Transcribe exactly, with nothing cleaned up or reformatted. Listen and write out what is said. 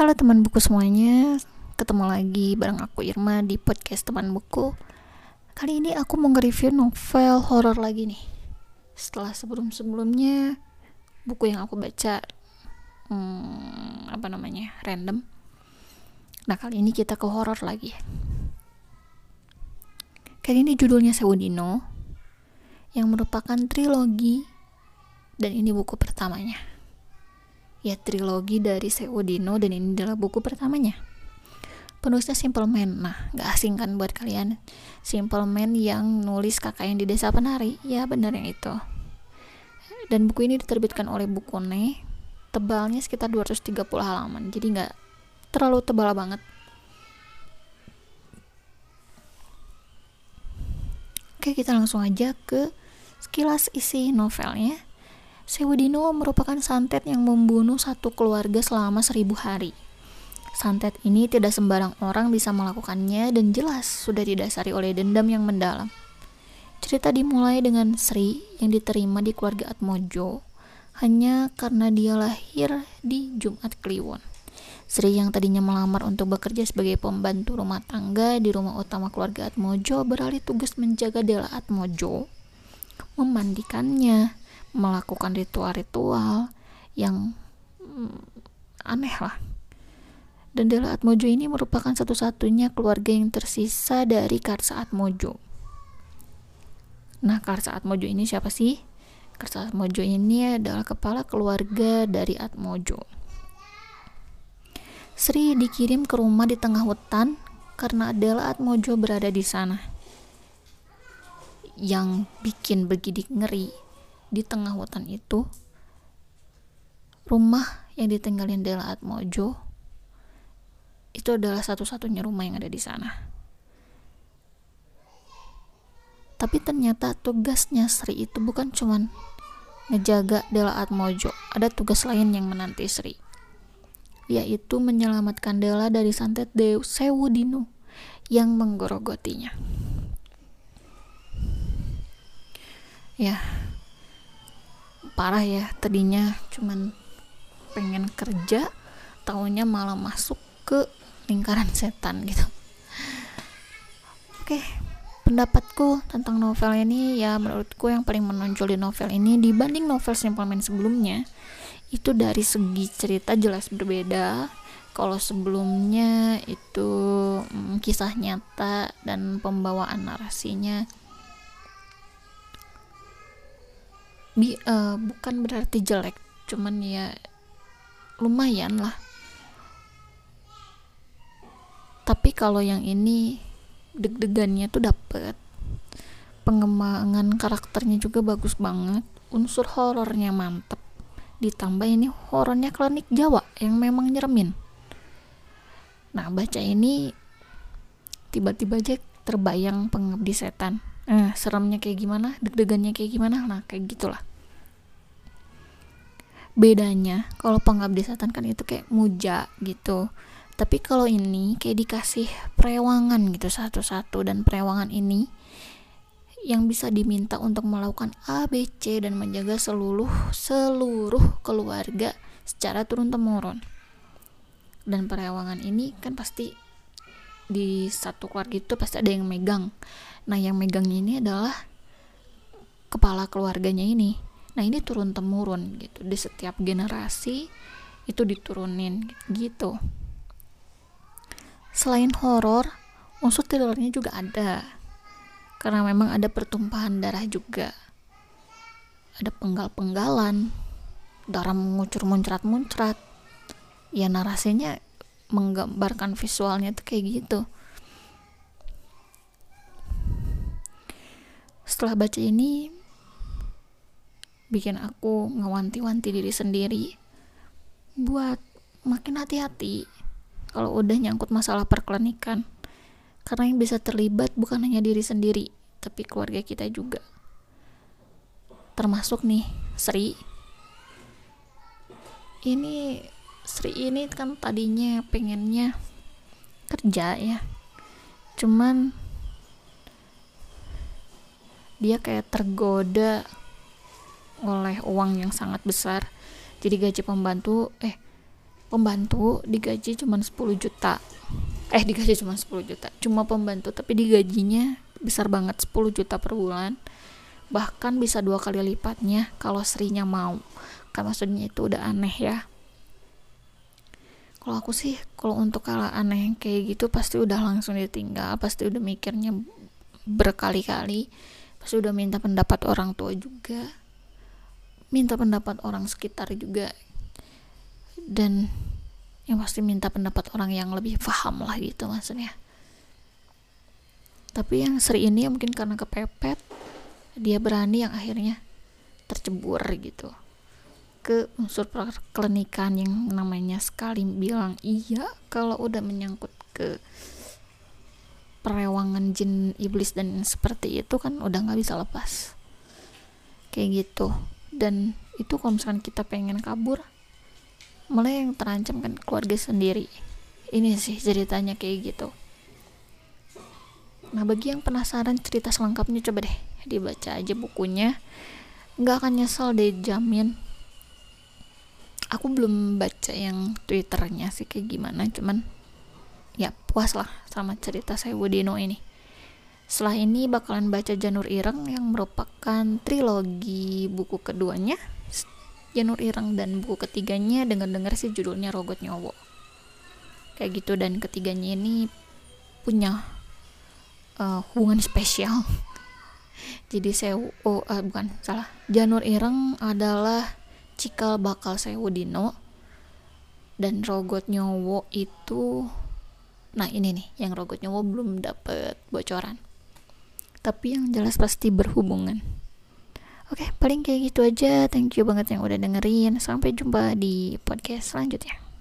Halo teman buku semuanya, ketemu lagi bareng aku Irma di podcast teman buku. Kali ini aku mau nge-review novel horor lagi nih. Setelah sebelum-sebelumnya buku yang aku baca hmm, apa namanya random. Nah kali ini kita ke horor lagi. Kali ini judulnya Sewudino, yang merupakan trilogi dan ini buku pertamanya. Ya, trilogi dari Sewudino dan ini adalah buku pertamanya. Penulisnya Simple Man. Nah, gak asing kan buat kalian. Simple Man yang nulis Kakak yang di Desa Penari. Ya, benar yang itu. Dan buku ini diterbitkan oleh Bukone. Tebalnya sekitar dua ratus tiga puluh halaman. Jadi gak terlalu tebal banget. Oke, kita langsung aja ke sekilas isi novelnya. Sewudino merupakan santet yang membunuh satu keluarga selama seribu hari. Santet ini tidak sembarang orang bisa melakukannya dan jelas sudah didasari oleh dendam yang mendalam. Cerita dimulai dengan Sri yang diterima di keluarga Atmojo hanya karena dia lahir di Jumat Kliwon. Sri yang tadinya melamar untuk bekerja sebagai pembantu rumah tangga di rumah utama keluarga Atmojo beralih tugas menjaga Dela Atmojo, memandikannya, melakukan ritual-ritual yang hmm, aneh lah. Dan Dela Atmojo ini merupakan satu-satunya keluarga yang tersisa dari Karsa Atmojo. Nah, Karsa Atmojo ini siapa sih? Karsa Atmojo ini adalah kepala keluarga dari Atmojo. Sri dikirim ke rumah di tengah hutan karena Dela Atmojo berada di sana. Yang bikin bergidik ngeri, di tengah hutan itu, rumah yang ditinggalin Dela Atmojo itu adalah satu-satunya rumah yang ada di sana. Tapi ternyata tugasnya Sri itu bukan cuman ngejaga Dela Atmojo, ada tugas lain yang menanti Sri, yaitu menyelamatkan Dela dari santet Dew Sewudino yang menggorogotinya. Ya, parah ya, tadinya cuman pengen kerja, taunya malah masuk ke lingkaran setan gitu. Oke, pendapatku tentang novel ini, ya menurutku yang paling menonjol di novel ini dibanding novel Simple Man sebelumnya itu dari segi cerita jelas berbeda. Kalau sebelumnya itu hmm, kisah nyata dan pembawaan narasinya Bi, uh, bukan berarti jelek, cuman ya lumayan lah. Tapi kalau yang ini deg-degannya tuh dapet, pengembangan karakternya juga bagus banget, unsur horornya mantep, ditambah ini horornya klinik Jawa yang memang nyeremin. Nah, baca ini tiba-tiba aja terbayang Pengabdi Setan. Nah, seremnya kayak gimana, deg-degannya kayak gimana, nah kayak gitulah. Bedanya kalau Pengabdi Setan kan itu kayak muja gitu, tapi kalau ini kayak dikasih perewangan gitu satu-satu, dan perewangan ini yang bisa diminta untuk melakukan A B C dan menjaga seluruh seluruh keluarga secara turun-temurun. Dan perewangan ini kan pasti di satu keluarga itu pasti ada yang megang. Nah, yang megangnya ini adalah kepala keluarganya ini. Nah, ini turun-temurun gitu. Di setiap generasi itu diturunin gitu. Selain horor, unsur thrillernya juga ada. Karena memang ada pertumpahan darah juga. Ada penggal-penggalan, darah mengucur muncrat-muncrat. Ya, narasinya menggambarkan visualnya tuh kayak gitu. Setelah baca ini bikin aku ngewanti-wanti diri sendiri buat makin hati-hati kalau udah nyangkut masalah perklinikan, karena yang bisa terlibat bukan hanya diri sendiri tapi keluarga kita juga, termasuk nih Sri. Ini Sri ini kan tadinya pengennya kerja ya, cuman dia kayak tergoda oleh uang yang sangat besar. Jadi gaji pembantu eh pembantu digaji cuma sepuluh juta. Eh digaji cuma sepuluh juta. Cuma pembantu tapi digajinya besar banget, sepuluh juta per bulan. Bahkan bisa dua kali lipatnya kalau Srinya mau. Kan maksudnya itu udah aneh ya. Kalau aku sih, kalau untuk hal aneh kayak gitu pasti udah langsung ditinggal, pasti udah mikirnya berkali-kali, pasti udah minta pendapat orang tua juga, minta pendapat orang sekitar juga, dan yang pasti minta pendapat orang yang lebih paham lah gitu maksudnya. Tapi yang Sri ini mungkin karena kepepet, dia berani yang akhirnya tercebur gitu ke unsur perklinikan yang namanya sekali bilang iya kalau udah menyangkut ke perewangan jin iblis dan seperti itu kan udah nggak bisa lepas kayak gitu. Dan itu kalau misalkan kita pengen kabur, malah yang terancam kan keluarga sendiri. Ini sih ceritanya kayak gitu. Nah bagi yang penasaran cerita selengkapnya, coba deh dibaca aja bukunya, nggak akan nyesel deh, jamin. Aku belum baca yang twitternya sih kayak gimana, cuman ya puas lah sama cerita Sewu Dino ini. Setelah ini bakalan baca Janur Ireng yang merupakan trilogi buku keduanya Janur Ireng, dan buku ketiganya dengar-dengar sih judulnya Rogot Nyowo kayak gitu. Dan ketiganya ini punya uh, hubungan spesial. Jadi Sewu oh uh, bukan salah Janur Ireng adalah cikal bakal Sewu Dino, dan Rogot Nyowo itu, nah ini nih yang Rogot Nyowo belum dapet bocoran, tapi yang jelas pasti berhubungan. Oke, paling kayak gitu aja. Thank you banget yang udah dengerin. Sampai jumpa di podcast selanjutnya.